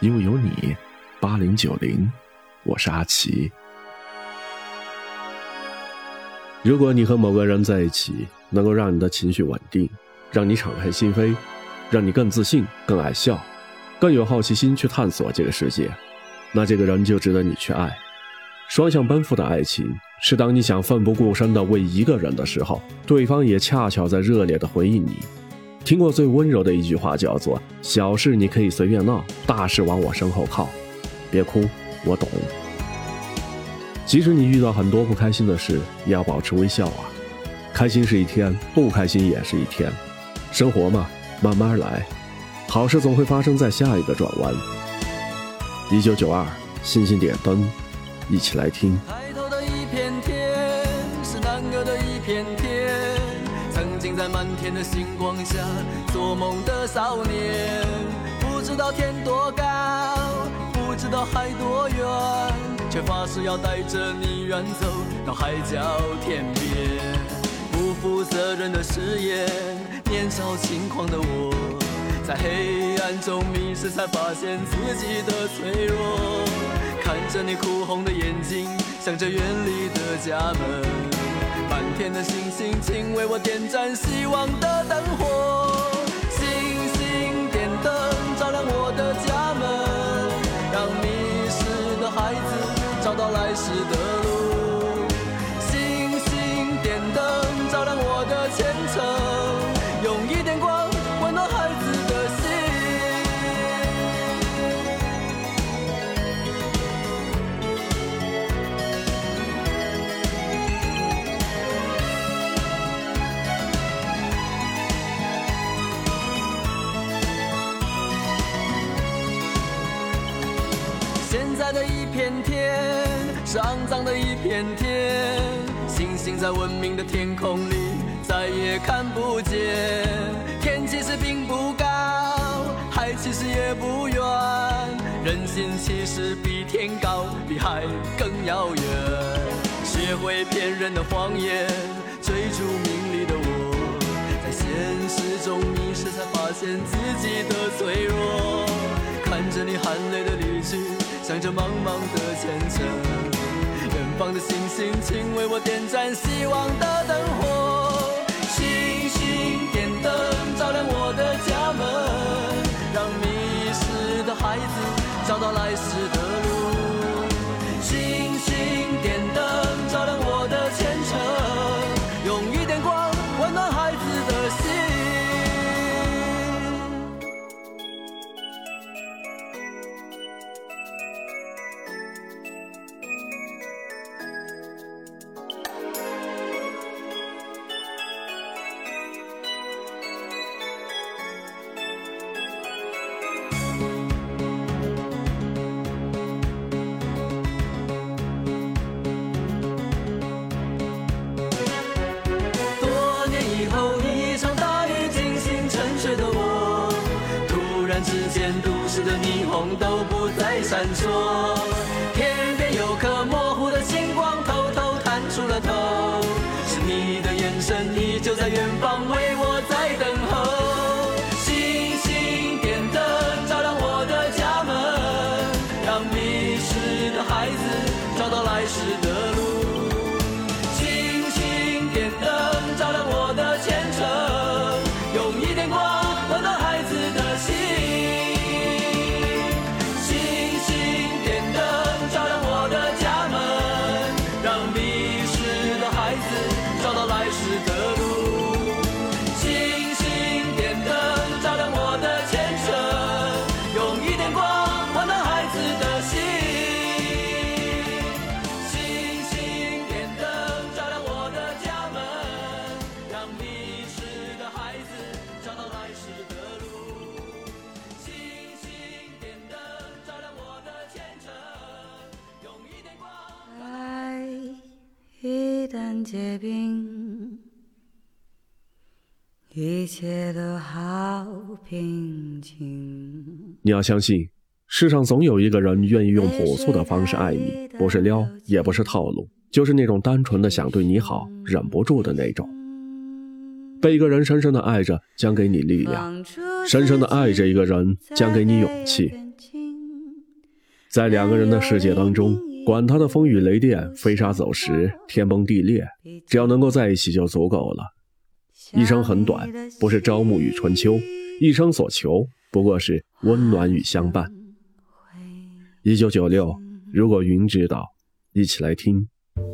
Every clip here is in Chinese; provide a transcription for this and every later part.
因为有你，8090，我是阿奇。如果你和某个人在一起，能够让你的情绪稳定，让你敞开心扉，让你更自信，更爱笑，更有好奇心去探索这个世界，那这个人就值得你去爱。双向奔赴的爱情，是当你想奋不顾身地为一个人的时候，对方也恰巧在热烈地回应你。听过最温柔的一句话叫做，小事你可以随便闹，大事往我身后靠。别哭，我懂。即使你遇到很多不开心的事，也要保持微笑啊。开心是一天，不开心也是一天。生活嘛，慢慢来，好事总会发生在下一个转弯。1992，星星点灯，一起来听。 抬头的一片天，是男儿的一片天，曾经在满天的星光下做梦的少年，不知道天多高，不知道海多远，却发誓要带着你远走到海角天边。不负责任的誓言，年少轻狂的我，在黑暗中迷失，才发现自己的脆弱。看着你哭红的眼睛，想着远离的家门，满天的星星，请为我点燃希望的灯火。星星点灯，照亮我的家门，让迷失的孩子找到来时的路。星星点灯，照亮我的前程，用一点光温暖孩子的心。现在的一片天是肮脏的一片天，星星在文明的天空里再也看不见。天其实并不高，海其实也不远，人心其实比天高，比海更遥远。学会骗人的谎言，追逐名利的我，在现实中迷失，才发现自己的脆弱。看着你含泪的离去，想着茫茫的前程，远方的星星，请为我点燃希望的灯火。星星点灯，照亮我的家门，让迷失的孩子找到来时的路。星星点灯，照亮我的前程，用一点光温暖孩子的心。都市的霓虹都不再闪烁，天边有颗模糊的星光偷偷探出了头，是你的眼神依旧在远方为我在等候。星星点灯，照亮我的家门，让迷失的孩子找到来时的路。星星点灯，照亮我的前程，用一点光温暖孩子的心。 一旦结冰，一切都好平静。 你要相信，世上总有一个人愿意用朴素的方式爱你，不是撩，也不是套路，就是那种单纯的想对你好，忍不住的那种。被一个人深深的爱着，将给你力量；深深的爱着一个人，将给你勇气。 在两个人的世界当中，管他的风雨雷电、飞沙走石、天崩地裂，只要能够在一起就足够了。一生很短，不是朝暮与春秋，一生所求不过是温暖与相伴。1996，如果云知道，一起来听。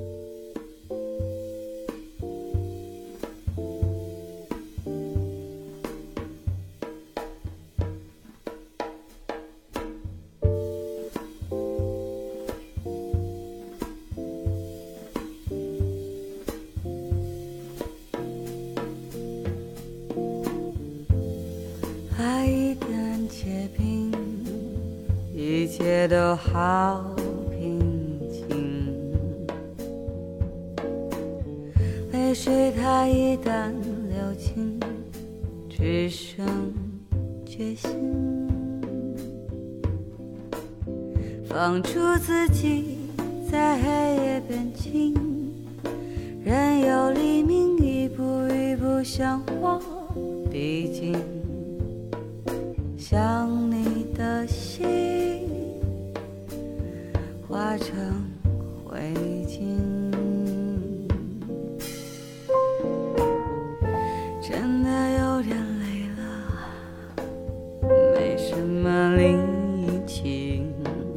爱一旦结冰，一切都好平静。泪水它一旦流尽，只剩决心。放逐自己在黑夜边境，任由黎明一步一步向我逼近。想你的心化成灰烬，真的有点累了，没什么灵情，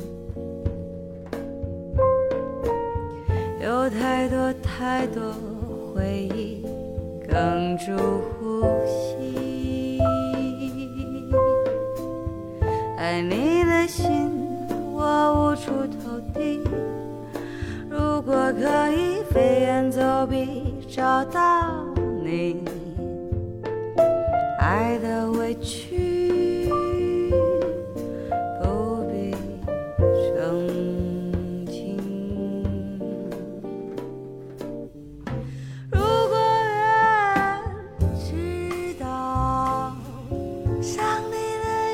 有太多太多回忆哽住呼吸。爱你的心我无处投递，如果可以飞檐走壁找到你，爱的委屈不必澄清。如果人知道想你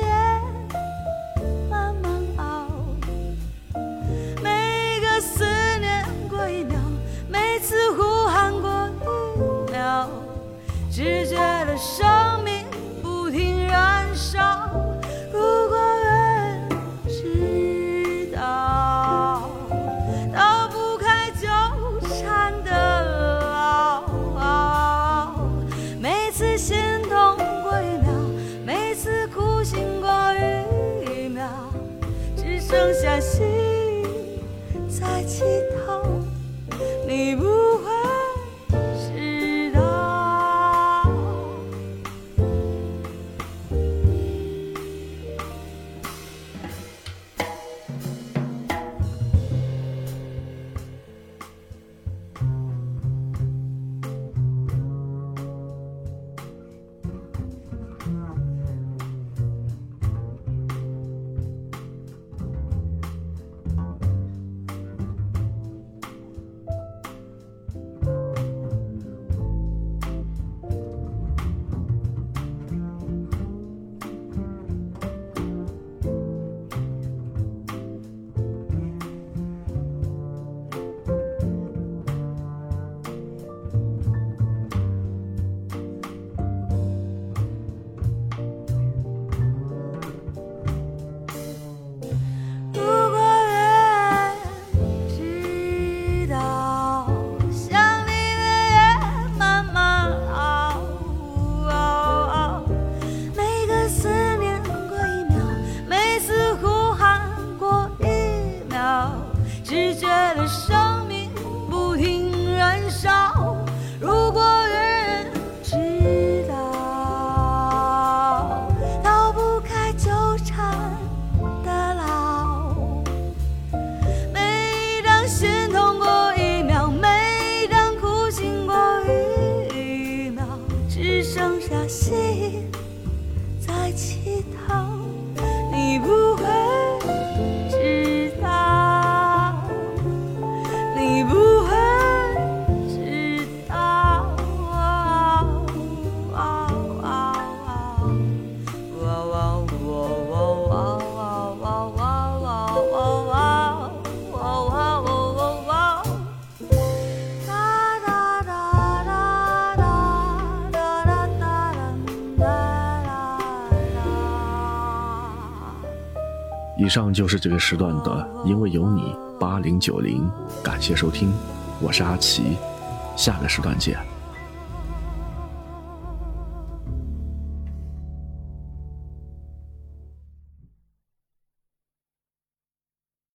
只觉得生命不停燃烧，如果人知道逃不开纠缠的牢，每次心痛过一秒，每次苦心过一秒，只剩下心在乞讨，你不会生命不停燃烧，如果人知道逃不开纠缠的牢，每当心痛过一秒，每当苦心过一秒，只剩下心在乞讨，你不会知道，你不会知以上就是这个时段的因为有你8090，感谢收听，我是阿奇，下个时段见。